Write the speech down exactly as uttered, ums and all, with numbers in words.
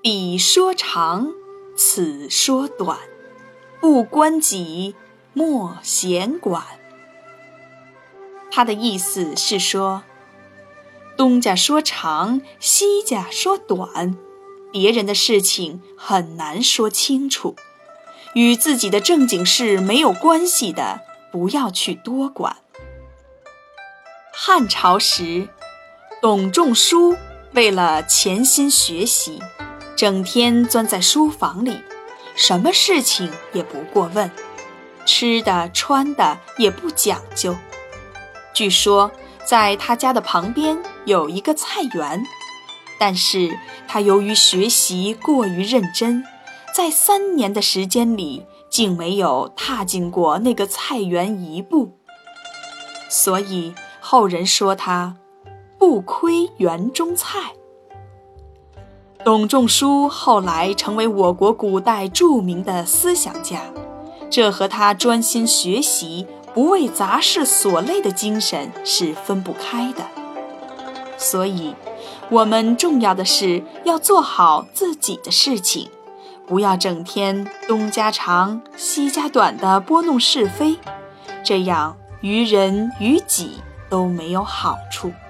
彼说长，此说短，不关己，莫闲管。他的意思是说，东家说长，西家说短，别人的事情很难说清楚，与自己的正经事没有关系的，不要去多管。汉朝时，董仲舒为了潜心学习，整天钻在书房里，什么事情也不过问，吃的穿的也不讲究。据说在他家的旁边有一个菜园，但是他由于学习过于认真，在三年的时间里竟没有踏进过那个菜园一步，所以后人说他不窥园中菜。董仲舒后来成为我国古代著名的思想家，这和他专心学习不为杂事所累的精神是分不开的。所以我们重要的是要做好自己的事情，不要整天东家长西家短的拨弄是非，这样于人于己都没有好处。